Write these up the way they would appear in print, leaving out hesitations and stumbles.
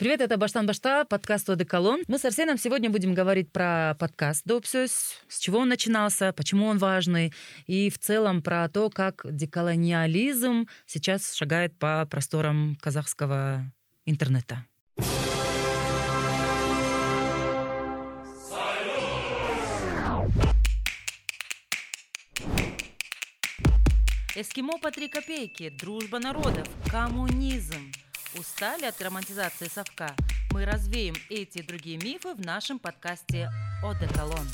Привет, это Баштан Башта, подкаст «Одеколон». Мы с Арсеном сегодня будем говорить про подкаст «Допсюс», с чего он начинался, почему он важный, и в целом про то, как деколониализм сейчас шагает по просторам казахского интернета. Эскимо по 3 копейки, дружба народов, коммунизм. Устали от романтизации совка? Мы развеем эти и другие мифы в нашем подкасте «Одеколон».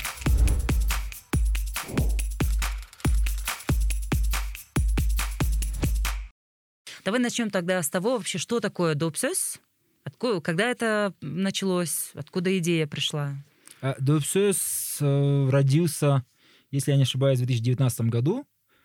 Давай начнем тогда с того, вообще, что такое Допсюс, когда это началось, откуда идея пришла? Допсюс родился, если я не ошибаюсь, в 2019 году.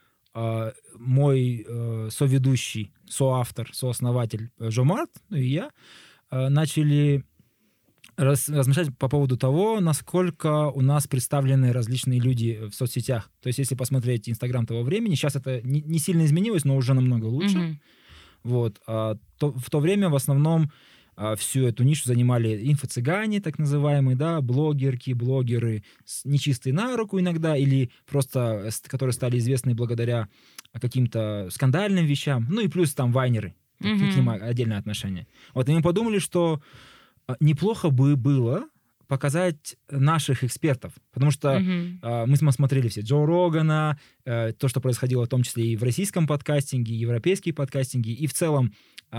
Мой соведущий, соавтор, сооснователь Жомарт, ну и я, начали размышлять по поводу того, насколько у нас представлены различные люди в соцсетях. То есть, если посмотреть Инстаграм того времени, сейчас это не сильно изменилось, но уже намного лучше. Mm-hmm. Вот. В то время в основном всю эту нишу занимали инфо-цыгане, так называемые, да, блогерки, блогеры, нечистые на руку иногда, или просто, которые стали известны благодаря каким-то скандальным вещам, ну и плюс там вайнеры, к ним отдельное отношение. Вот, и мы подумали, что неплохо бы было показать наших экспертов, потому что мы смотрели все Джо Рогана, то, что происходило в том числе и в российском подкастинге, европейские подкастинги, и в целом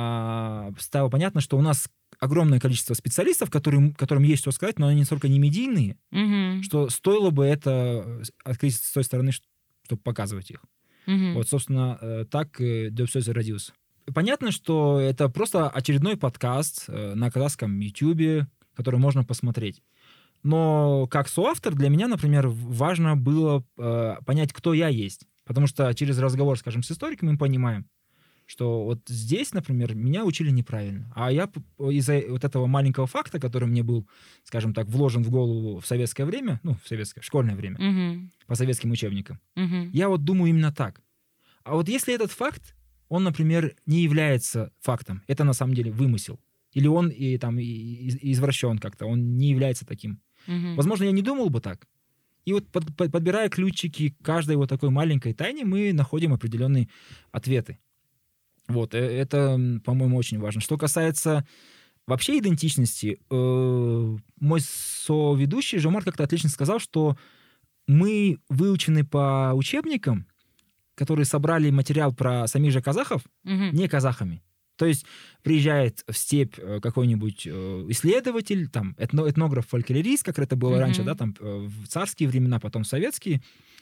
стало понятно, что у нас огромное количество специалистов, которым есть что сказать, но они настолько не медийные, что стоило бы это открыть с той стороны, чтобы показывать их. Вот, собственно, так Допсюс родился. Понятно, что это просто очередной подкаст на казахском YouTube, который можно посмотреть. Но как соавтор для меня, например, важно было понять, кто я есть. Потому что через разговор, скажем, с историками мы понимаем, что вот здесь, например, меня учили неправильно. А я из-за вот этого маленького факта, который мне был, скажем так, вложен в голову в советское время, в школьное время, по советским учебникам, я вот думаю именно так. А вот если этот факт, он, например, не является фактом, это на самом деле вымысел, или он и извращен как-то, он не является таким. Возможно, я не думал бы так. И вот подбирая ключики к каждой вот такой маленькой тайне, мы находим определенные ответы. Вот, это, по-моему, очень важно. Что касается вообще идентичности, мой соведущий Жомар как-то отлично сказал, что мы выучены по учебникам, которые собрали материал про самих же казахов, не казахами. То есть приезжает в степь какой-нибудь исследователь, там, этнограф, фольклорист, как это было раньше, да, там, в царские времена, потом в советские.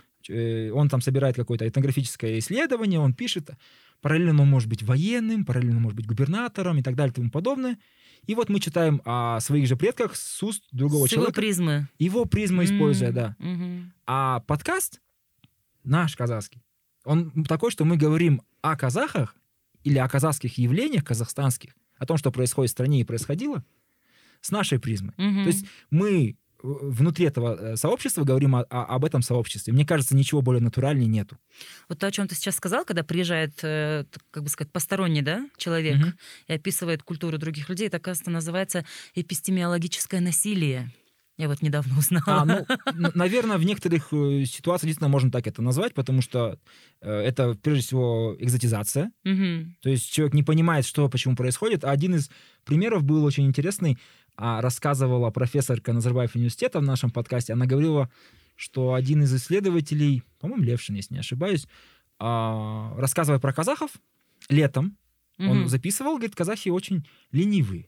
Он там собирает какое-то этнографическое исследование, он пишет. Параллельно он может быть военным, параллельно он может быть губернатором и так далее и тому подобное. И вот мы читаем о своих же предках с уст другого человека. Его призмы. Его призмы используя, да. А подкаст наш казахский, он такой, что мы говорим о казахах или о казахских явлениях казахстанских, о том, что происходит в стране и происходило, с нашей призмы. То есть мы внутри этого сообщества говорим об этом сообществе. Мне кажется, ничего более натуральнее нету. Вот то, о чем ты сейчас сказал, когда приезжает, как бы сказать, посторонний, да, человек и описывает культуру других людей, это, оказывается, называется эпистемиологическое насилие. Я вот недавно узнала. Наверное, в некоторых ситуациях действительно можно так это назвать, потому что это, прежде всего, экзотизация. То есть человек не понимает, что, почему происходит. А один из примеров был очень интересный. Рассказывала профессорка Назарбаев университета в нашем подкасте. Она говорила, что один из исследователей, по-моему, Левшин, если не ошибаюсь, рассказывая про казахов, летом он записывал, говорит, казахи очень ленивые.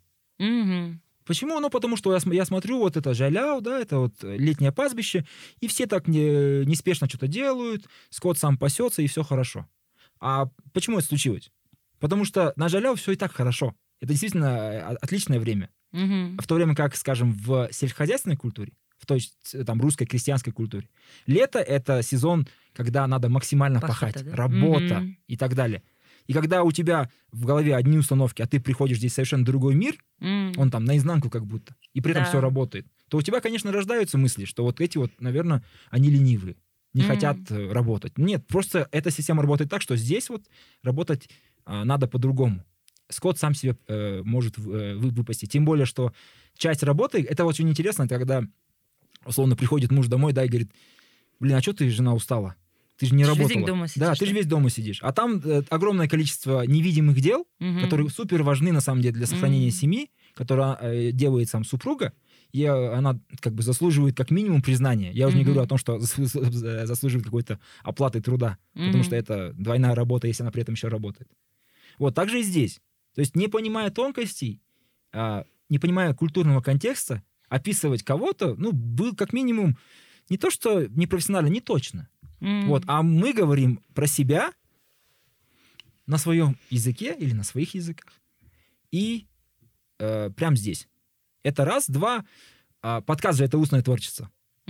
Почему? Потому что я смотрю, вот это Жаляу, да, это вот летнее пастбище, и все так неспешно что-то делают, скот сам пасется, и все хорошо. А почему это случилось? Потому что на Жаляу все и так хорошо. Это действительно отличное время. В то время как, скажем, в сельскохозяйственной культуре, в той там русской крестьянской культуре, лето — это сезон, когда надо максимально пахать, да? Работа и так далее. И когда у тебя в голове одни установки, а ты приходишь здесь в совершенно другой мир, он там наизнанку как будто, и при этом все работает, то у тебя, конечно, рождаются мысли, что вот эти вот, наверное, они ленивые, не хотят работать. Нет, просто эта система работает так, что здесь вот работать надо по-другому. скот сам себе может выпустить. Тем более, что часть работы, это очень интересно, когда, условно, приходит муж домой, да, и говорит, блин, а что ты, жена, устала? Ты же не работала. Весь день дома сидишь, да, ты же весь дома сидишь. А там огромное количество невидимых дел, которые супер важны, на самом деле, для сохранения семьи, которые делает сам супруга, и она как бы заслуживает как минимум признания. Я уже не говорю о том, что заслуживает какой-то оплаты труда, потому что это двойная работа, если она при этом еще работает. Вот, так же и здесь. То есть, не понимая тонкостей, не понимая культурного контекста, описывать кого-то, ну, был как минимум не то, что непрофессионально, не точно. Вот, а мы говорим про себя на своем языке или на своих языках. И прямо здесь. Это раз. Два. Подкаст же — это устное творчество.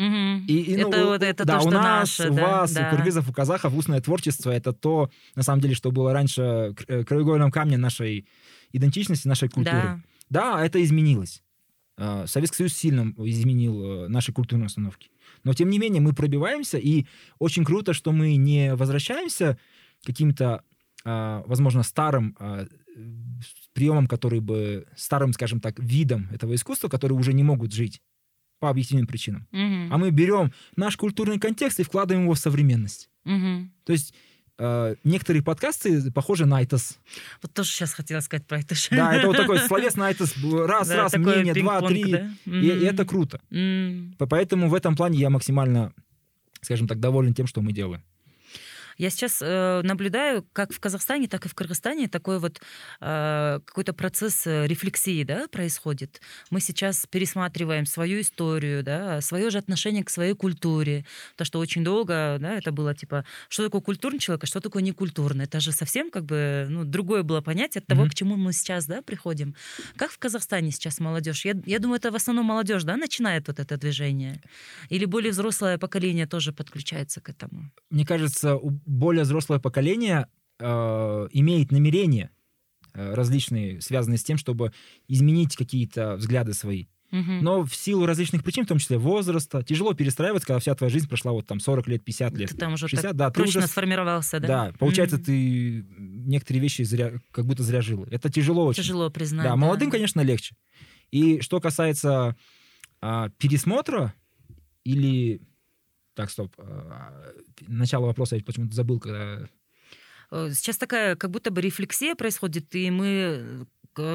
Это да, то, у что нас, наше, у вас, да. у кыргызов, у казахов устное творчество — это то, на самом деле, что было раньше краеугольным камнем нашей идентичности, нашей культуры. Да, это изменилось. Советский Союз сильно изменил наши культурные установки. Но, тем не менее, мы пробиваемся, и очень круто, что мы не возвращаемся к каким-то, возможно, старым приемам, которые бы, старым, скажем так, видам этого искусства, которые уже не могут жить по объективным причинам. А мы берем наш культурный контекст и вкладываем его в современность. То есть некоторые подкасты похожи на айтос. Вот тоже сейчас хотела сказать про айтос. Да, это вот такой словесный айтос. Раз, мнение, два, три. Да? И это круто. Поэтому в этом плане я максимально, скажем так, доволен тем, что мы делаем. Я сейчас наблюдаю, как в Казахстане, так и в Кыргызстане такой вот какой-то процесс рефлексии, да, происходит. Мы сейчас пересматриваем свою историю, да, свое же отношение к своей культуре. Потому что очень долго, да, это было типа, что такое культурный человек, а что такое некультурный. Это же совсем как бы другое было понятие от того, к чему мы сейчас, да, приходим. Как в Казахстане сейчас молодежь? Я думаю, это в основном молодежь, да, начинает вот это движение? Или более взрослое поколение тоже подключается к этому? Мне кажется, более взрослое поколение имеет намерения различные, связанные с тем, чтобы изменить какие-то взгляды свои. Но в силу различных причин, в том числе возраста, тяжело перестраиваться, когда вся твоя жизнь прошла вот там 40 лет, 50 лет. Ты там уже 60, так да, прочно уже сформировался, да? Да, получается, ты некоторые вещи как будто зря жил. Это тяжело очень. Тяжело признать. Да, молодым, конечно, легче. И что касается пересмотра или... Так, стоп. Начало вопроса я почему-то забыл, когда... Сейчас такая как будто бы рефлексия происходит, и мы,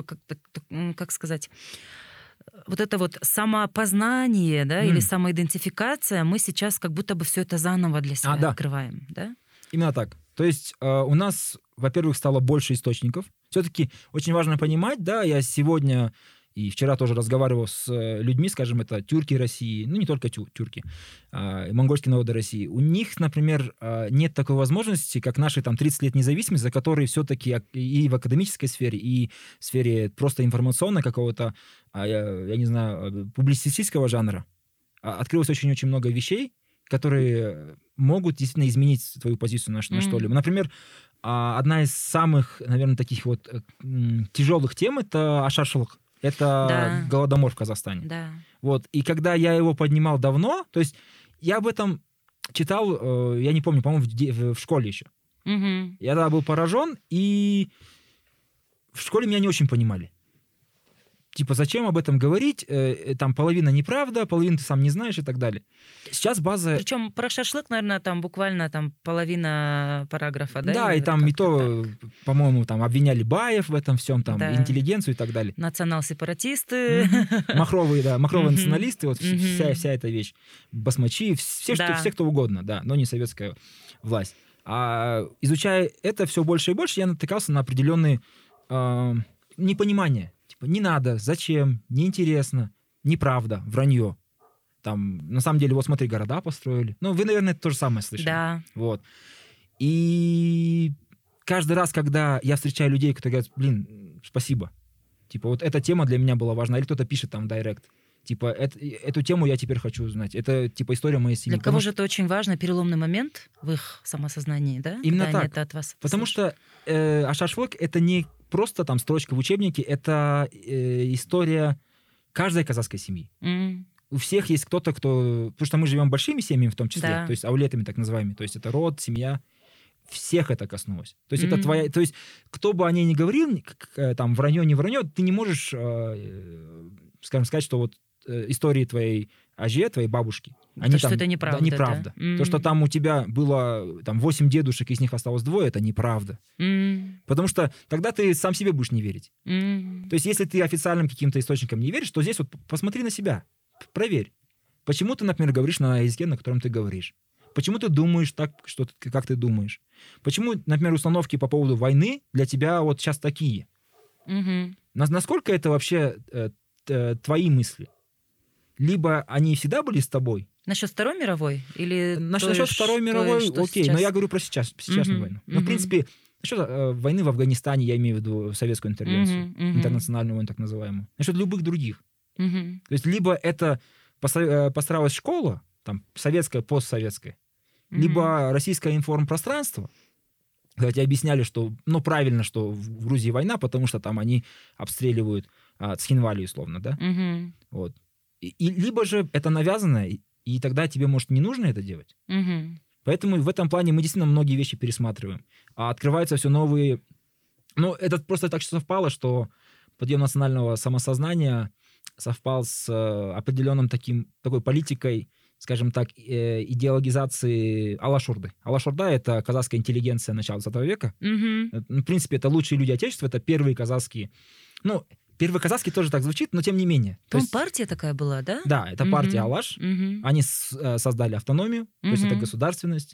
как сказать, вот это вот самопознание, да, или самоидентификация, мы сейчас как будто бы все это заново для себя открываем, да? Именно так. То есть у нас, во-первых, стало больше источников. Все-таки очень важно понимать, да, я сегодня... И вчера тоже разговаривал с людьми, скажем, это тюрки России, ну не только тюрки, монгольские народы России. У них, например, нет такой возможности, как наши там 30 лет независимости, за которые все-таки и в академической сфере, и в сфере просто информационной какого-то, я не знаю, публицистического жанра открылось очень-очень много вещей, которые могут действительно изменить твою позицию на что-либо. Например, одна из самых, наверное, таких вот тяжелых тем — это ашаршылык. Это голодомор в Казахстане. Да. Вот. И когда я его поднимал давно, то есть я об этом читал, я не помню, по-моему, в школе еще. Я тогда был поражен, и в школе меня не очень понимали. Типа, зачем об этом говорить? Там половина неправда, половину ты сам не знаешь и так далее. Сейчас база... Причем про шашлык, наверное, там буквально там половина параграфа, да? Да, и там и то, по-моему, там обвиняли Баев в этом всем, там, интеллигенцию и так далее. Национал-сепаратисты. Махровые, да, махровые националисты, вот вся эта вещь. Басмачи, все, кто угодно, да, но не советская власть. А изучая это все больше и больше, я натыкался на определенные непонимания. Не надо, зачем, неинтересно, неправда, вранье. Там, на самом деле, вот смотри, города построили. Ну, вы, наверное, это то же самое слышали. Да. Вот. И каждый раз, когда я встречаю людей, которые говорят, блин, спасибо. Типа, вот эта тема для меня была важна. Или кто-то пишет там в директ. Типа, эту тему я теперь хочу узнать. Это, типа, история моей семьи. Для кого же это очень важно, переломный момент в их самосознании, да? Именно когда так. это от вас потому что ашаршылык — это не просто там строчка в учебнике, это история каждой казахской семьи. У всех есть кто-то, Потому что мы живем большими семьями в том числе, то есть аулетами так называемыми. То есть это род, семья. всех это коснулось. То есть это твоя... То есть кто бы о ней ни говорил, там, вранье, не вранье, ты не можешь, скажем, сказать, что вот истории твоей Аже, твоей бабушки, они что там... это неправда. Да, неправда. Да? То, что там у тебя было там 8 дедушек, из них осталось 2, это неправда. Потому что тогда ты сам себе будешь не верить. То есть если ты официальным каким-то источникам не веришь, то здесь вот посмотри на себя, проверь. Почему ты, например, говоришь на языке, на котором ты говоришь? Почему ты думаешь так, как ты думаешь? Почему, например, установки по поводу войны для тебя вот сейчас такие? Насколько это вообще твои мысли? Либо они всегда были с тобой? Насчет Второй мировой? Или насчет Второй мировой, окей, но я говорю про сейчасшнюю войну. Ну, в принципе, насчет войны в Афганистане, я имею в виду советскую интервенцию, интернациональную войну так называемую. Насчет любых других. То есть либо это постаралась школа, там, советская, постсоветская, либо российское информпространство, когда тебе объясняли, что, ну, правильно, что в Грузии война, потому что там они обстреливают Цхинвали, условно, да? Вот. Либо же это навязано, и тогда тебе, может, не нужно это делать. Поэтому в этом плане мы действительно многие вещи пересматриваем. А открываются все новые... Ну, это просто так совпало, что подъем национального самосознания совпал с определенным такой политикой, скажем так, идеологизации Алаш-Орды. Алаш-Орда — это казахская интеллигенция начала 20 века. В принципе, это лучшие люди Отечества, это первые казахские... Ну, первый казахский тоже так звучит, но тем не менее. Там партия такая была, да? Да, это партия Алаш. Они создали автономию, то есть это государственность.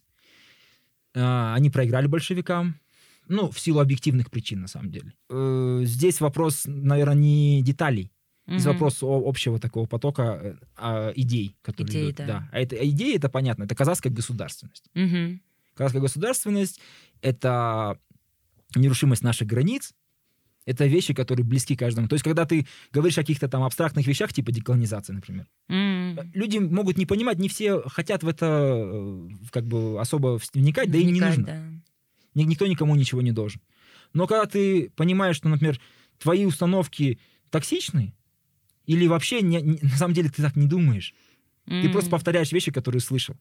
Они проиграли большевикам. Ну, в силу объективных причин, на самом деле. Здесь вопрос, наверное, не деталей. Здесь вопрос общего такого потока идей, которые идут. Да. А идеи, это понятно, это казахская государственность. Казахская государственность — это нерушимость наших границ, это вещи, которые близки каждому. То есть, когда ты говоришь о каких-то там абстрактных вещах, типа деколонизации, например, люди могут не понимать, не все хотят в это как бы особо вникать, да и не нужно. Да. Никто никому ничего не должен. Но когда ты понимаешь, что, например, твои установки токсичны, или вообще на самом деле ты так не думаешь, ты просто повторяешь вещи, которые слышал,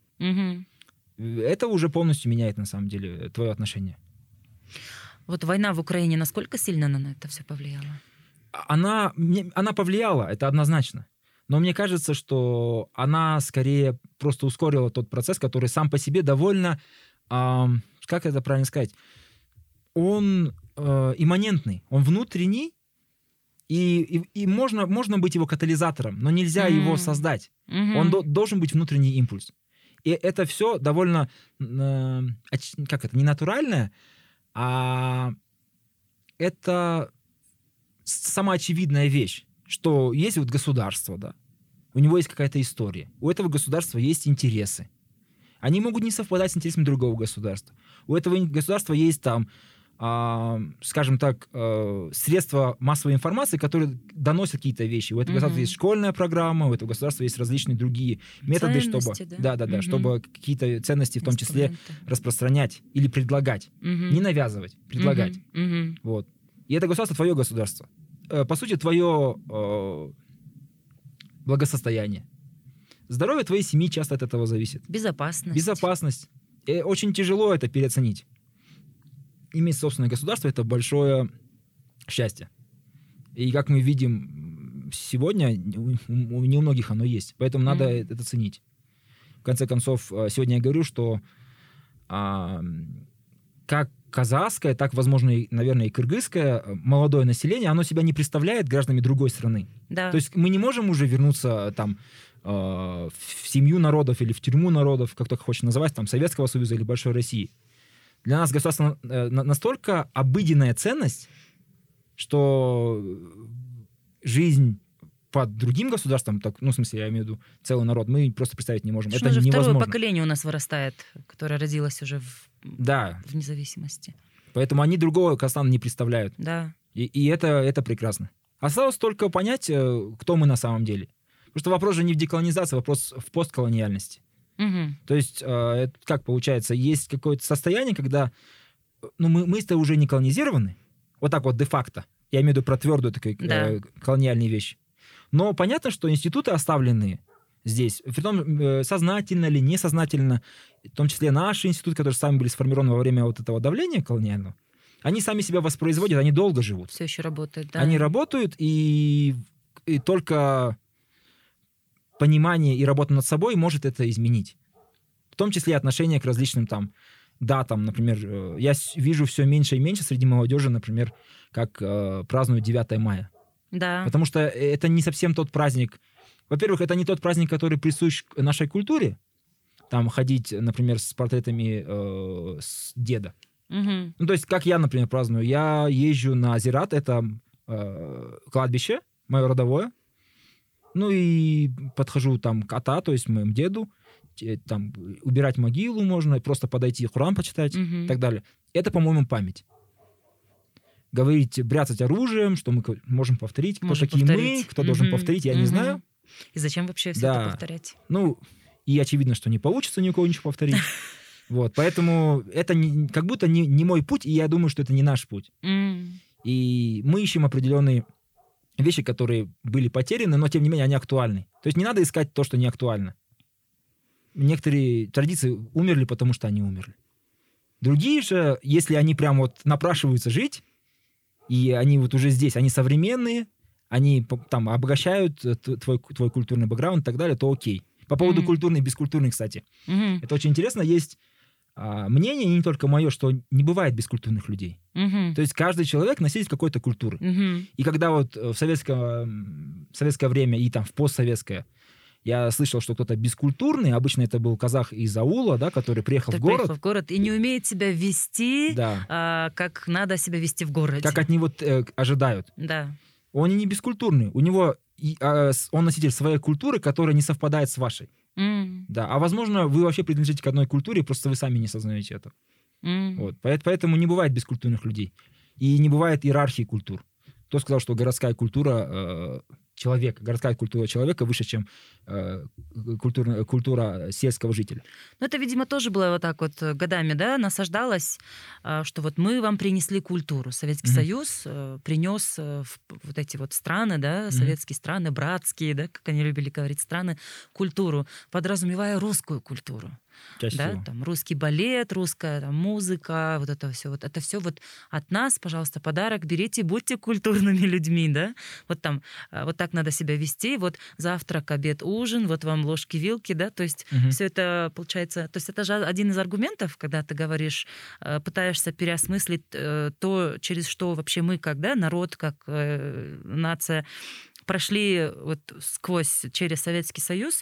это уже полностью меняет, на самом деле, твое отношение. Вот война в Украине, насколько сильно на это все повлияла? Она повлияла, это однозначно. Но мне кажется, что она скорее просто ускорила тот процесс, который сам по себе довольно, как это правильно сказать, он имманентный, он внутренний, и можно быть его катализатором, но нельзя его создать. Он должен быть внутренний импульс. И это все довольно, не натуральное, а это самоочевидная вещь, что есть вот государство, да, у него есть какая-то история, у этого государства есть интересы. Они могут не совпадать с интересами другого государства. У этого государства есть там, скажем так, средства массовой информации, которые доносят какие-то вещи. У этого государства есть школьная программа, у этого государства есть различные другие методы, чтобы, чтобы какие-то ценности в том числе распространять или предлагать. Не навязывать, предлагать. Вот. И это государство твое государство. По сути, твое благосостояние. Здоровье твоей семьи часто от этого зависит. Безопасность. И очень тяжело это переоценить. Иметь собственное государство — это большое счастье. И как мы видим сегодня, не у многих оно есть. Поэтому надо это ценить. В конце концов, сегодня я говорю, что как казахское, так, возможно, наверное, и кыргызское молодое население, оно себя не представляет гражданами другой страны. Да. То есть мы не можем уже вернуться там в семью народов или в тюрьму народов, как только хочешь называть, там, Советского Союза или Большой России. Для нас государство настолько обыденная ценность, что жизнь под другим государством, так, ну, в смысле, я имею в виду целый народ, мы просто представить не можем. Это невозможно. Второе поколение у нас вырастает, которое родилось уже в независимости. Поэтому они другого Казахстана не представляют. Да. И это прекрасно. Осталось только понять, кто мы на самом деле. Потому что вопрос же не в деколонизации, вопрос в постколониальности. То есть, как получается, есть какое-то состояние, когда мы-то уже не колонизированы, вот так вот де-факто. Я имею в виду про твердую такую колониальную вещь. Но понятно, что институты оставленные здесь. Притом сознательно или несознательно, в том числе наши институты, которые сами были сформированы во время вот этого давления колониального, они сами себя воспроизводят, они долго живут. Все еще работает, да. Они работают, и только понимание и работа над собой может это изменить. В том числе отношение к различным там датам. Например, я вижу все меньше и меньше среди молодежи, например, как празднуют 9 мая. Да. Потому что это не совсем тот праздник. Во-первых, это не тот праздник, который присущ нашей культуре. Там ходить, например, с портретами с деда. Угу. Ну, то есть, как я, например, праздную. Я езжу на Зират, это кладбище, мое родовое. Ну и подхожу там к ата, то есть моему деду. Там убирать могилу можно, просто подойти, Коран почитать и так далее. Это, по-моему, память. Говорить, бряцать оружием, что мы можем повторить. Кто такие мы, кто должен повторить, я не знаю. И зачем вообще все это повторять? Ну, и очевидно, что не получится ни у кого ничего повторить. Вот, поэтому это как будто не мой путь, и я думаю, что это не наш путь. И мы ищем определенные вещи, которые были потеряны, но, тем не менее, они актуальны. То есть не надо искать то, что не актуально. Некоторые традиции умерли, потому что они умерли. Другие же, если они прям вот напрашиваются жить, и они вот уже здесь, они современные, они там обогащают твой культурный бэкграунд и так далее, то окей. По поводу культурной и бескультурной, кстати. Это очень интересно. Есть мнение, не только мое, что не бывает бескультурных людей. То есть каждый человек носитель какой-то культуры. И когда вот в советское время и там в постсоветское я слышал, что кто-то бескультурный, обычно это был казах из аула, да, который приехал в город и не умеет себя вести, да. Как надо себя вести в городе. Как от него ожидают. Да. Он не бескультурный. У него он носитель своей культуры, которая не совпадает с вашей. Да. А возможно, вы вообще принадлежите к одной культуре, просто вы сами не сознаете это. Вот. Поэтому не бывает бескультурных людей. И не бывает иерархии культур. Кто сказал, что городская культура городская культура человека выше, чем культура сельского жителя? Ну, это, видимо, тоже было вот так вот годами, да, насаждалось, что вот мы вам принесли культуру. Советский Союз принес вот эти вот страны, да, советские страны, братские, да, как они любили говорить, страны, культуру, подразумевая русскую культуру. Да, там русский балет, русская там, музыка, вот это все вот от нас, пожалуйста, подарок берите, будьте культурными людьми, да, вот там, вот так надо себя вести, вот завтрак, обед, ужин, вот вам ложки-вилки, да, то есть все это получается, то есть это же один из аргументов, когда ты говоришь, пытаешься переосмыслить то, через что вообще мы, как, да, народ, как нация прошли вот через Советский Союз.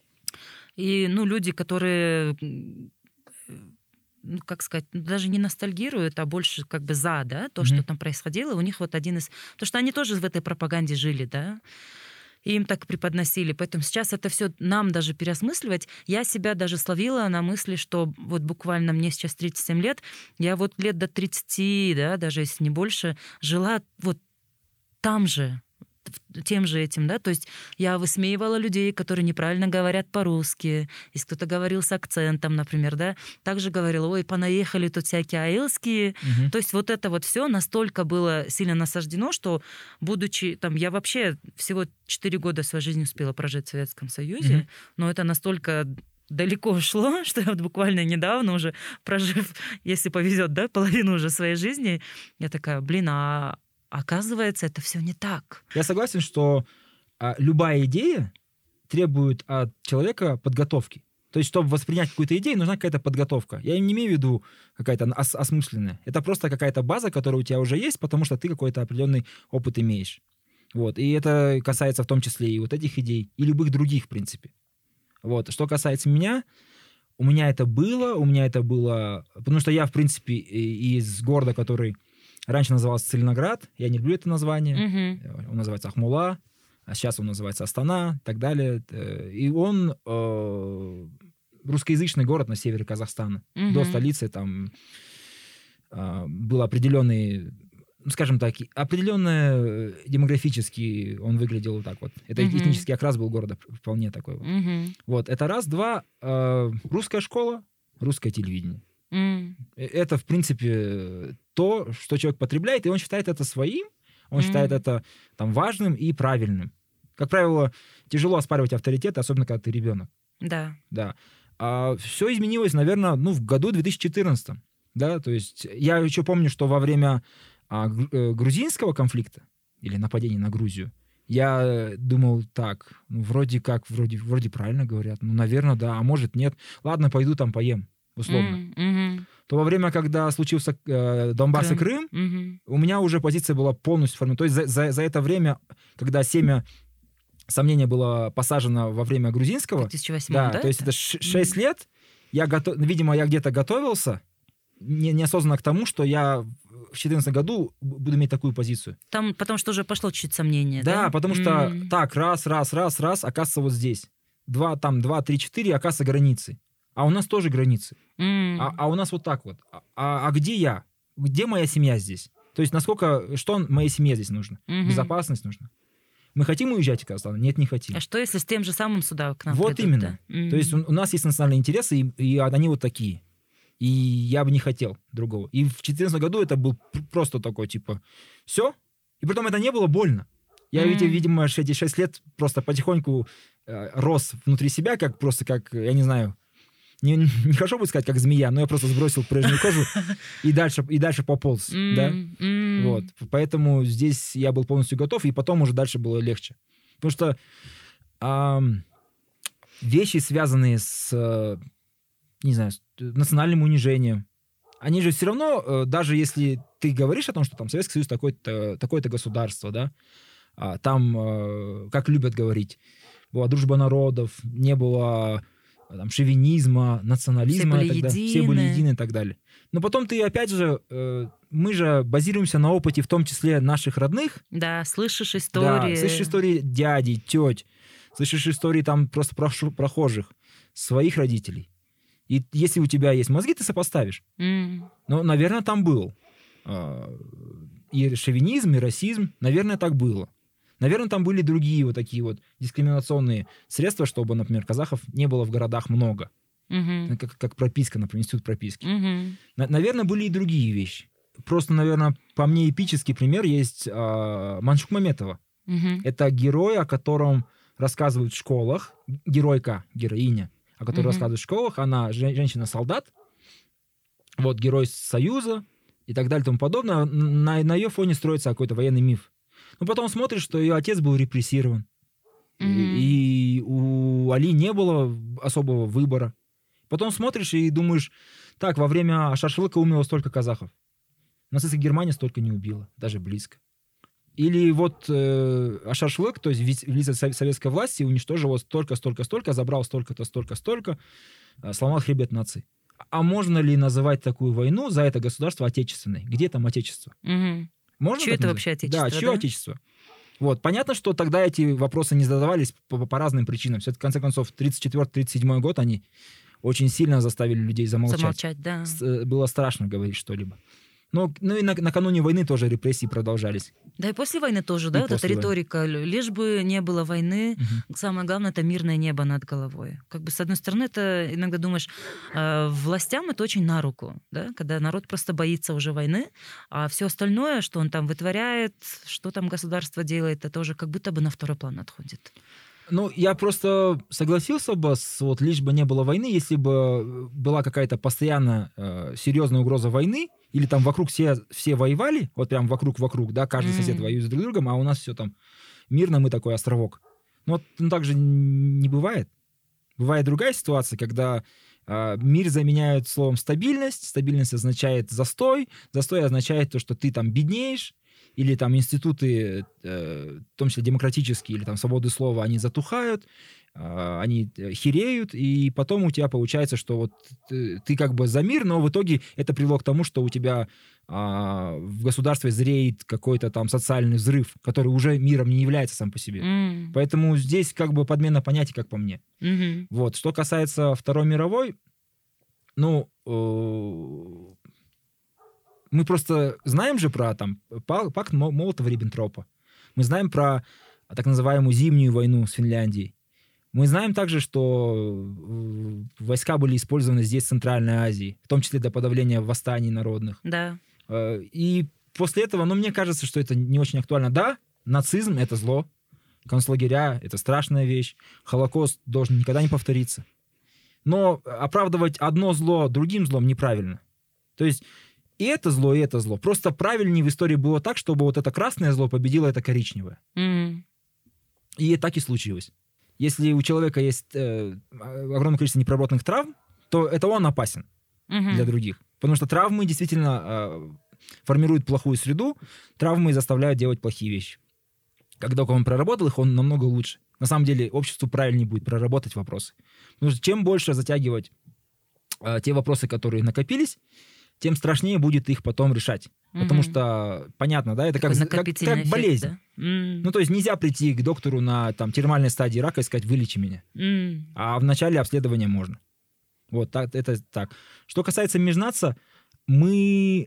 И, ну, люди, которые, ну, как сказать, даже не ностальгируют, а больше как бы за, да, то, что там происходило, у них вот один из... Потому что они тоже в этой пропаганде жили, да, и им так преподносили. Поэтому сейчас это все нам даже переосмысливать. Я себя даже словила на мысли, что вот буквально мне сейчас 37 лет, я вот лет до 30, да, даже если не больше, жила вот там же, тем же этим, да, то есть я высмеивала людей, которые неправильно говорят по-русски, если кто-то говорил с акцентом, например, да, также говорила, ой, понаехали тут всякие аэльские, то есть вот это вот все настолько было сильно насаждено, что, будучи там, я вообще всего 4 года своей жизни успела прожить в Советском Союзе, но это настолько далеко ушло, что я вот буквально недавно уже, прожив, если повезет, да, половину уже своей жизни, я такая, блин, оказывается, это все не так. Я согласен, что любая идея требует от человека подготовки. То есть, чтобы воспринять какую-то идею, нужна какая-то подготовка. Я не имею в виду какая-то осмысленная. Это просто какая-то база, которая у тебя уже есть, потому что ты какой-то определенный опыт имеешь. Вот. И это касается в том числе и вот этих идей, и любых других, в принципе. Вот. Что касается меня, у меня это было... Потому что я, в принципе, из города, который... Раньше назывался Целиноград, я не люблю это название. Он называется Ахмула, а сейчас он называется Астана и так далее. И он русскоязычный город на севере Казахстана. До столицы там был определенный, ну, скажем так, определенно демографически он выглядел вот так вот. Это этнический окрас был города вполне такой вот. Вот, это раз. Два, русская школа, русское телевидение. Это, в принципе, то, что человек потребляет, и он считает это своим, он считает это там важным и правильным. Как правило, тяжело оспаривать авторитет, особенно когда ты ребенок. Да. Да. А все изменилось, наверное, в году 2014. Да, то есть я еще помню, что во время грузинского конфликта или нападения на Грузию, я думал так, вроде правильно говорят, наверное, да, а может нет. Ладно, пойду там поем, условно. То во время, когда случился Донбасс и Крым, у меня уже позиция была полностью сформирована. То есть за это время, когда семя сомнения было посажено во время грузинского... 2008, да? То есть это 6 лет, видимо, я где-то готовился неосознанно к тому, что я в 2014 году буду иметь такую позицию. Там, потому что уже пошло чуть-чуть сомнение, да? Да, потому что так, раз, оказывается, вот здесь. 2, 3, 4, оказывается, границы. А у нас тоже границы. А у нас вот так вот. А где я? Где моя семья здесь? То есть что моей семье здесь нужно? Безопасность нужна. Мы хотим уезжать из Казахстана? Нет, не хотим. А что, если с тем же самым сюда к нам вот придут? Именно. Да? То есть у нас есть национальные интересы, и они вот такие. И я бы не хотел другого. И в 2014 году это был просто такой, типа, все. И притом это не было больно. Я, видимо, эти 6 лет просто потихоньку рос внутри себя, как, я не знаю, не хорошо бы сказать, как змея, но я просто сбросил прежнюю кожу и дальше пополз. Да? Вот. Поэтому здесь я был полностью готов, и потом уже дальше было легче. Потому что вещи, связанные с, не знаю, с национальным унижением, они же все равно, даже если ты говоришь о том, что там Советский Союз такое-то государство, да, там, как любят говорить, была дружба народов, не было там шовинизма, национализма, все были едины и так далее. Но потом ты, опять же, мы же базируемся на опыте, в том числе наших родных. Да, слышишь истории. Да, слышишь истории дядей, теть, слышишь истории там просто прохожих, своих родителей. И если у тебя есть мозги, ты сопоставишь. Ну, наверное, там был и шовинизм, и расизм. Наверное, так было. Наверное, там были другие вот такие вот дискриминационные средства, чтобы, например, казахов не было в городах много. Как прописка, например, институт прописки. Наверное, были и другие вещи. Просто, наверное, по мне эпический пример есть Маншук Маметова. Это герой, о котором рассказывают в школах. Героиня, о которой рассказывают в школах. Она женщина-солдат. Вот, герой Союза и так далее и тому подобное. На ее фоне строится какой-то военный миф. Но потом смотришь, что ее отец был репрессирован. И у Али не было особого выбора. Потом смотришь и думаешь, так, во время шашлыка умерло столько казахов. Нацистская Германия столько не убила, даже близко. Или вот шашлык, то есть лица советской власти уничтожил столько, забрал столько, сломал хребет нации. А можно ли называть такую войну за это государство отечественной? Где там отечество? Можно чье это вообще отечество? Да, чье отечество? Вот. Понятно, что тогда эти вопросы не задавались по разным причинам. Все-таки, в конце концов, 1934-1937 год они очень сильно заставили людей замолчать. Да. Было страшно говорить что-либо. Ну и накануне войны тоже репрессии продолжались. Да и после войны тоже, да, вот эта риторика. Лишь бы не было войны, самое главное — это мирное небо над головой. Как бы, с одной стороны, это иногда думаешь, властям это очень на руку, да, когда народ просто боится уже войны, а все остальное, что он там вытворяет, что там государство делает, это уже как будто бы на второй план отходит. Ну, я просто согласился бы вот лишь бы не было войны, если бы была какая-то постоянно серьезная угроза войны, или там вокруг все воевали, вот прям вокруг, да, каждый сосед воюет с друг другом, а у нас все там мирно, мы такой островок. Но так же не бывает. Бывает другая ситуация, когда мир заменяют словом стабильность, стабильность означает застой означает то, что ты там беднеешь, или там институты, в том числе демократические, или там свободы слова, они затухают, они хереют, и потом у тебя получается, что вот ты как бы за мир, но в итоге это привело к тому, что у тебя в государстве зреет какой-то там социальный взрыв, который уже миром не является сам по себе. Поэтому здесь как бы подмена понятий, как по мне. Вот. Что касается Второй мировой, ну... Мы просто знаем же про там пакт Молотова-Риббентропа. Мы знаем про так называемую Зимнюю войну с Финляндией. Мы знаем также, что войска были использованы здесь, в Центральной Азии, в том числе для подавления восстаний народных. Да. И после этого, мне кажется, что это не очень актуально. Да, нацизм — это зло. концлагеря — это страшная вещь, Холокост должен никогда не повториться. Но оправдывать одно зло другим злом неправильно. То есть и это зло, и это зло. Просто правильнее в истории было так, чтобы вот это красное зло победило это коричневое. И так и случилось. Если у человека есть огромное количество непроработанных травм, то это он опасен для других. Потому что травмы действительно формируют плохую среду, травмы заставляют делать плохие вещи. Когда он проработал их, он намного лучше. На самом деле обществу правильнее будет проработать вопросы. Потому что чем больше затягивать те вопросы, которые накопились, тем страшнее будет их потом решать. Потому что, понятно, да, это как болезнь. Да? Ну, то есть нельзя прийти к доктору на терминальной стадии рака и сказать: вылечи меня. А в начале обследования можно. Вот так, это так. Что касается межнация, мы,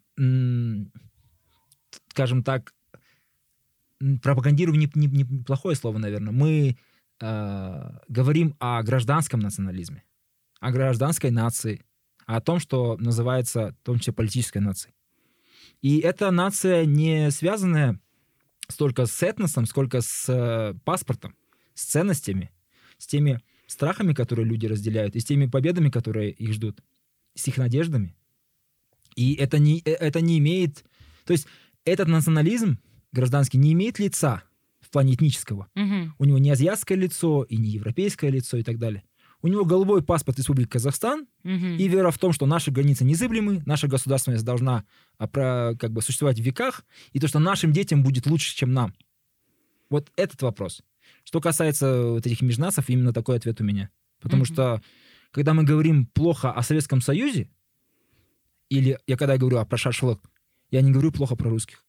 скажем так, пропагандируем неплохое слово, наверное. Мы говорим о гражданском национализме, о гражданской нации, о том, что называется в том числе политической нацией. И эта нация не связанная столько с этносом, сколько с паспортом, с ценностями, с теми страхами, которые люди разделяют, и с теми победами, которые их ждут, с их надеждами. И это не имеет... То есть этот национализм гражданский не имеет лица в плане этнического. У него не азиатское лицо, и не европейское лицо, и так далее. У него голубой паспорт Республики Казахстан и вера в том, что наши границы незыблемы, наша государственность должна существовать в веках, и то, что нашим детям будет лучше, чем нам. Вот этот вопрос. Что касается вот этих межнацев, именно такой ответ у меня. Потому что, когда мы говорим плохо о Советском Союзе, или когда я говорю про шашлык, я не говорю плохо про русских.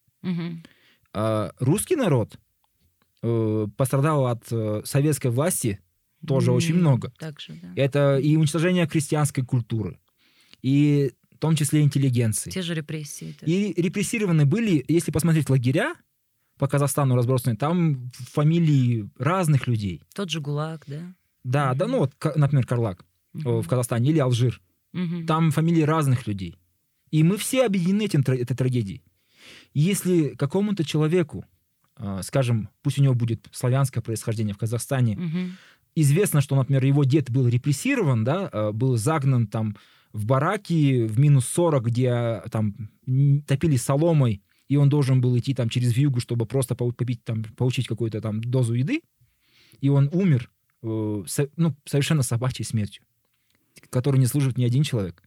Русский народ пострадал от советской власти тоже очень много. Также, да. Это и уничтожение крестьянской культуры, и в том числе интеллигенции. Те же репрессии. Да. И репрессированы были, если посмотреть лагеря по Казахстану разбросанные, там фамилии разных людей. Тот же ГУЛАГ, да? Да, да, ну вот, например, Карлаг в Казахстане или Алжир. Там фамилии разных людей. И мы все объединены этой трагедией. И если какому-то человеку, скажем, пусть у него будет славянское происхождение в Казахстане, известно, что, например, его дед был репрессирован, да, был загнан там в бараки в минус 40, где там топили соломой, и он должен был идти там через вьюгу, чтобы просто попить, там, получить какую-то там дозу еды, и он умер совершенно собачьей смертью, которой не служит ни один человек.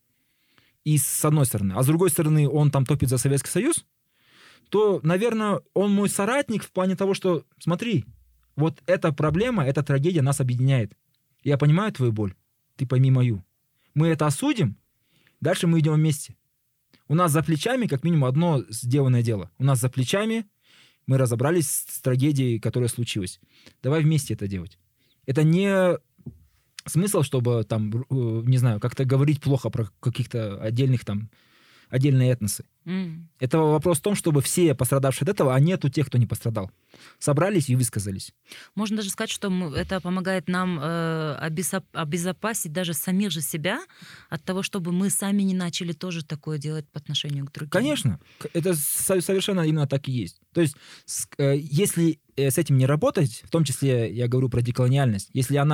И с одной стороны. А с другой стороны, он там топит за Советский Союз, то, наверное, он мой соратник в плане того, что, смотри, вот эта проблема, эта трагедия нас объединяет. Я понимаю твою боль, ты пойми мою. Мы это осудим, дальше мы идем вместе. У нас за плечами как минимум одно сделанное дело. У нас за плечами мы разобрались с трагедией, которая случилась. Давай вместе это делать. Это не смысл, чтобы там, не знаю, как-то говорить плохо про каких-то отдельные этносы. Это вопрос в том, чтобы все пострадавшие от этого, а нету тех, кто не пострадал, собрались и высказались. Можно даже сказать, что это помогает нам обезопасить даже самих же себя от того, чтобы мы сами не начали тоже такое делать по отношению к другим. Конечно. Это совершенно именно так и есть. То есть, если с этим не работать, в том числе я говорю про деколониальность,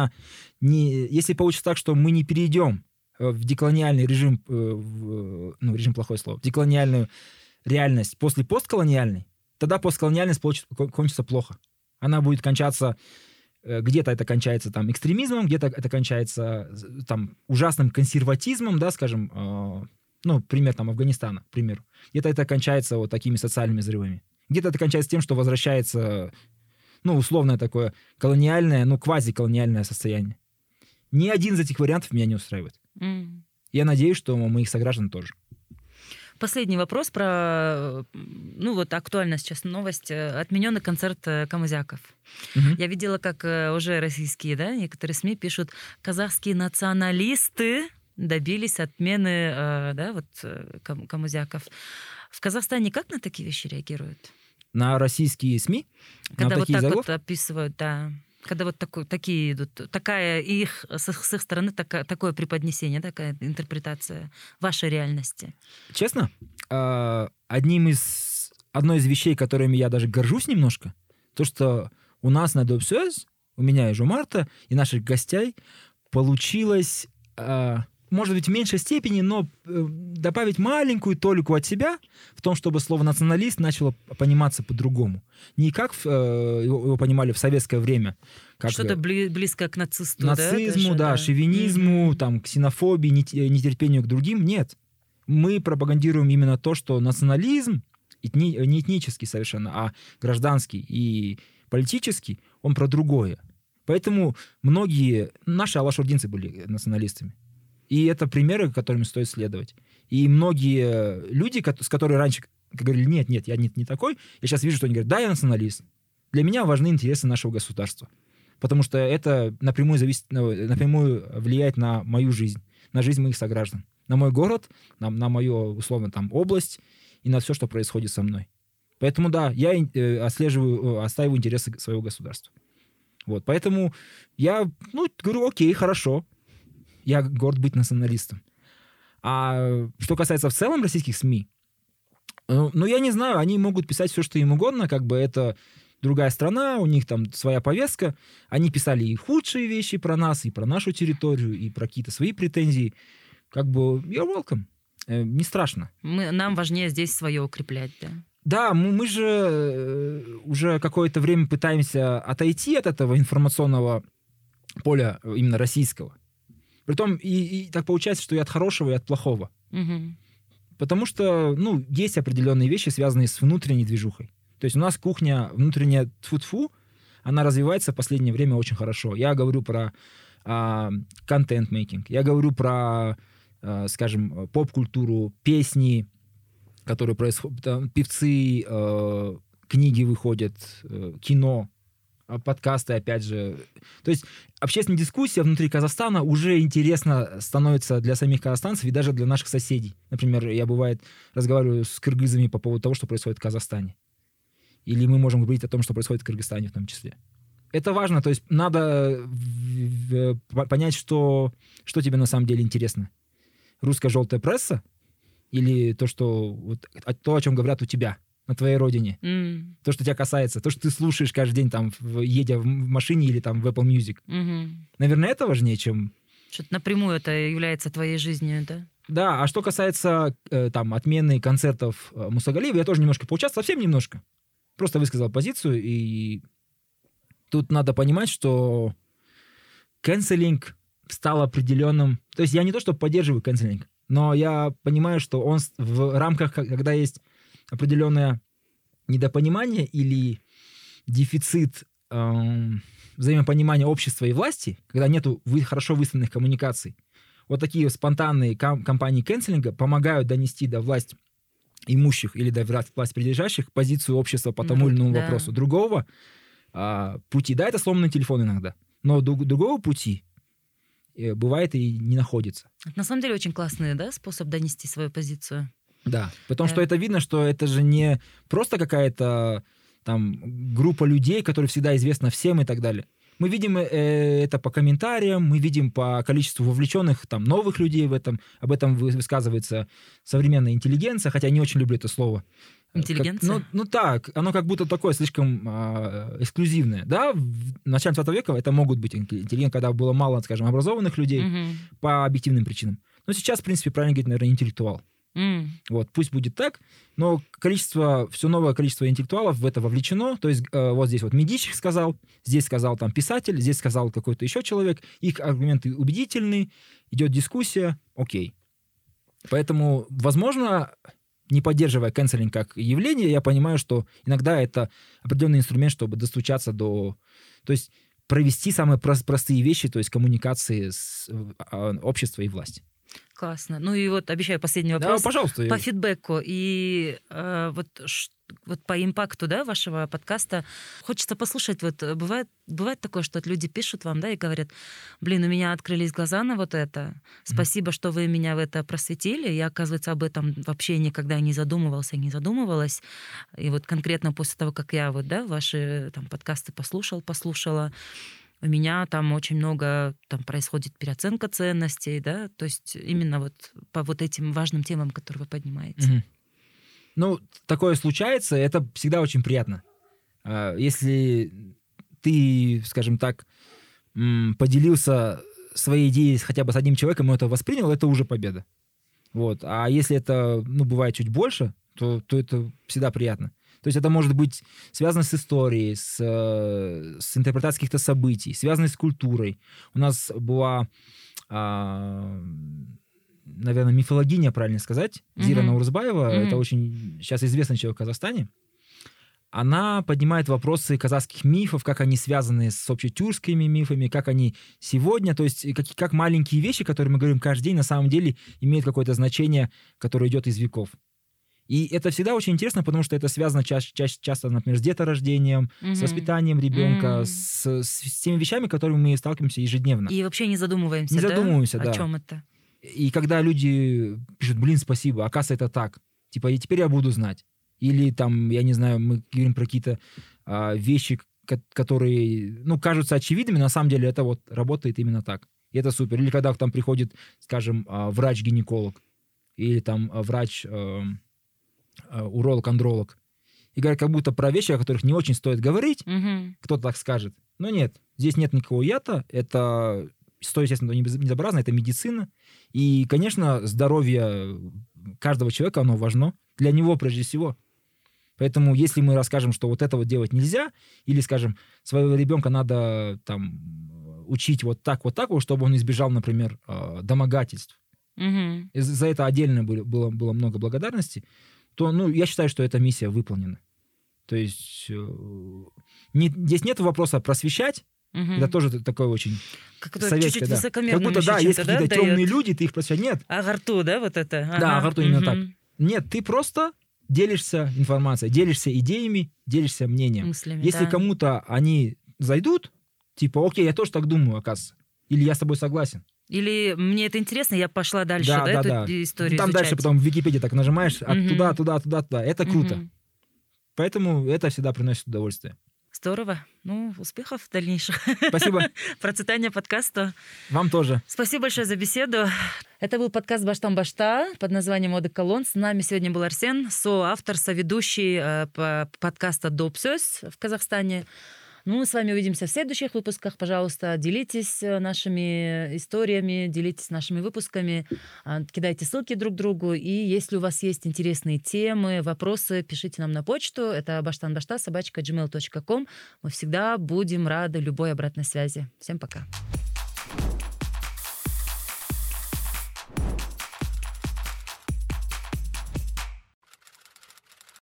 если получится так, что мы не перейдем в деколониальный режим, режим плохое слово, деколониальную реальность после постколониальной, тогда постколониальность кончится плохо. Она будет кончаться, где-то это кончается там экстремизмом, где-то это кончается там ужасным консерватизмом, да, скажем, пример там Афганистана, к примеру. Где-то это кончается вот такими социальными взрывами. Где-то это кончается тем, что возвращается, условное такое колониальное, квазиколониальное состояние. Ни один из этих вариантов меня не устраивает. Я надеюсь, что моих сограждан тоже. Последний вопрос про, актуальная сейчас новость. Отмененный концерт камызяков. Я видела, как уже российские, некоторые СМИ пишут, казахские националисты добились отмены, камызяков. В Казахстане как на такие вещи реагируют? На российские СМИ? Когда вот так вот описывают, да. Когда вот такие идут, с их стороны такое преподнесение, такая интерпретация вашей реальности. Честно, одной из вещей, которыми я даже горжусь немножко, то, что у нас на Добсёз, у меня и Жомарта, и наших гостей получилось, может быть, в меньшей степени, но добавить маленькую толику от себя в том, чтобы слово «националист» начало пониматься по-другому. Не как его понимали в советское время. Как что-то близкое к нацисту, нацизму, да, шовинизму, там, ксенофобии, нетерпению к другим. Нет. Мы пропагандируем именно то, что национализм, не этнический совершенно, а гражданский и политический, он про другое. Поэтому многие наши алашординцы были националистами. И это примеры, которыми стоит следовать. И многие люди, с которыми раньше говорили, нет, я не такой, я сейчас вижу, что они говорят, да, я националист. Для меня важны интересы нашего государства. Потому что это напрямую влияет на мою жизнь, на жизнь моих сограждан, на мой город, на мою, условно, там, область и на все, что происходит со мной. Поэтому, да, я отстаиваю интересы своего государства. Вот, поэтому я, говорю, окей, хорошо, я горд быть националистом. А что касается в целом российских СМИ, я не знаю, они могут писать все, что им угодно, как бы это другая страна, у них там своя повестка. Они писали и худшие вещи про нас, и про нашу территорию, и про какие-то свои претензии. Как бы, you're welcome. Не страшно. Нам важнее здесь свое укреплять, да? Да, мы же уже какое-то время пытаемся отойти от этого информационного поля именно российского. Притом и так получается, что и от хорошего, и от плохого. Угу. Потому что, есть определенные вещи, связанные с внутренней движухой. То есть у нас кухня внутренняя тфу-тфу, она развивается в последнее время очень хорошо. Я говорю про контент-мейкинг, я говорю про, скажем, поп-культуру, песни, которые происходят, там, певцы, книги выходят, кино, подкасты, опять же. То есть общественная дискуссия внутри Казахстана уже интересна становится для самих казахстанцев и даже для наших соседей. Например, я, бывает, разговариваю с кыргызами по поводу того, что происходит в Казахстане. Или мы можем говорить о том, что происходит в Кыргызстане в том числе. Это важно, то есть надо понять, что тебе на самом деле интересно. Русская желтая пресса или то, о чем говорят у тебя на твоей родине. То, что тебя касается, то, что ты слушаешь каждый день, там, едя в машине или там в Apple Music. Наверное, это важнее, чем... Что-то напрямую это является твоей жизнью, да? Да, а что касается там отмены концертов Мусагалиева, я тоже немножко поучаствовал, совсем немножко. Просто высказал позицию, и тут надо понимать, что канцелинг стал определенным... То есть я не то, что поддерживаю канцелинг, но я понимаю, что он в рамках, когда есть определенное недопонимание или дефицит взаимопонимания общества и власти, когда нету хорошо выстроенных коммуникаций, вот такие спонтанные кампании канцелинга помогают донести до власть имущих или до власть придержащих позицию общества по тому или иному вопросу. Другого пути, да, это сломанный телефон иногда, но другого пути бывает и не находится. На самом деле очень классный, да, способ донести свою позицию. Да, потому что это видно, что это же не просто какая-то там группа людей, которая всегда известна всем и так далее. Мы видим это по комментариям, мы видим по количеству вовлеченных там новых людей в этом. Об этом высказывается современная интеллигенция, хотя я не очень люблю это слово. Интеллигенция? Так, оно как будто такое слишком эксклюзивное. Да, в начале 20 века это могут быть интеллигенты, когда было мало, скажем, образованных людей по объективным причинам. Но сейчас, в принципе, правильно говорить, наверное, интеллектуал. Вот, пусть будет так, но все новое количество интеллектуалов в это вовлечено. То есть вот здесь вот Медичи сказал, здесь сказал там писатель, здесь сказал какой-то еще человек. Их аргументы убедительны, идет дискуссия, окей. Поэтому, возможно, не поддерживая канцелинг как явление, я понимаю, что иногда это определенный инструмент, чтобы достучаться до... То есть провести самые простые вещи, то есть коммуникации с обществом и властью. Классно. Ну и вот обещаю последний вопрос. Да, пожалуйста. По фидбэку и вот по импакту, да, вашего подкаста. Хочется послушать, вот бывает такое, что люди пишут вам, да, и говорят, у меня открылись глаза на вот это. Спасибо, что вы меня в это просветили. Я, оказывается, об этом вообще никогда не задумывался, не задумывалась. И вот конкретно после того, как я вот, да, ваши там подкасты послушала, у меня там очень много там происходит переоценка ценностей, да, то есть именно вот по вот этим важным темам, которые вы поднимаете. Ну, такое случается, это всегда очень приятно. Если ты, скажем так, поделился своей идеей хотя бы с одним человеком, и это воспринял, это уже победа. Вот. А если это, бывает чуть больше, то это всегда приятно. То есть это может быть связано с историей, с интерпретацией каких-то событий, связано с культурой. У нас была, наверное, мифологиня, правильно сказать, Зира Наурзбаева, это очень сейчас известный человек в Казахстане. Она поднимает вопросы казахских мифов, как они связаны с общетюркскими мифами, как они сегодня, то есть как маленькие вещи, которые мы говорим каждый день, на самом деле имеют какое-то значение, которое идет из веков. И это всегда очень интересно, потому что это связано часто, например, с деторождением, с воспитанием ребенка, с теми вещами, которыми мы сталкиваемся ежедневно. И вообще не задумываемся, Не задумываемся, да. О чем это? И когда люди пишут, спасибо, оказывается, это так. Типа, и теперь я буду знать. Или там, я не знаю, мы говорим про какие-то вещи, которые, кажутся очевидными, на самом деле это вот работает именно так. И это супер. Или когда там приходит, скажем, врач-гинеколог, или там врач... уролог-андролог. И говорят, как будто про вещи, о которых не очень стоит говорить, кто-то так скажет. Но нет, здесь нет никакого яда, это, естественно, не безобразно, это медицина. И, конечно, здоровье каждого человека, оно важно. Для него прежде всего. Поэтому, если мы расскажем, что вот это вот делать нельзя, или, скажем, своего ребенка надо там учить вот так, чтобы он избежал, например, домогательств. И за это отдельно было много благодарности, то, я считаю, что эта миссия выполнена. То есть здесь нет вопроса просвещать, это тоже такое очень советское. Чуть-чуть высокомерным. Как будто, есть какие-то темные люди, ты их просвещать. Нет. Агарту, да, вот это? Да, агарту именно так. Нет, ты просто делишься информацией, делишься идеями, делишься мнением. Мыслями, если кому-то они зайдут, типа, окей, я тоже так думаю, оказывается. Или я с тобой согласен. Или мне это интересно, я пошла дальше, эту историю там изучать. Дальше потом в Википедии так нажимаешь, туда. Это круто. Поэтому это всегда приносит удовольствие. Здорово. Успехов дальнейших. Спасибо. Процветания подкаста. Вам тоже. Спасибо большое за беседу. Это был подкаст «Баштан-башта» под названием «Одеколон». С нами сегодня был Арсен, соавтор, соведущий подкаста «Допсёс» в Казахстане. Мы с вами увидимся в следующих выпусках. Пожалуйста, делитесь нашими историями, делитесь нашими выпусками, кидайте ссылки друг другу. И если у вас есть интересные темы, вопросы, пишите нам на почту. Это bashtanbashta@gmail.com. Мы всегда будем рады любой обратной связи. Всем пока.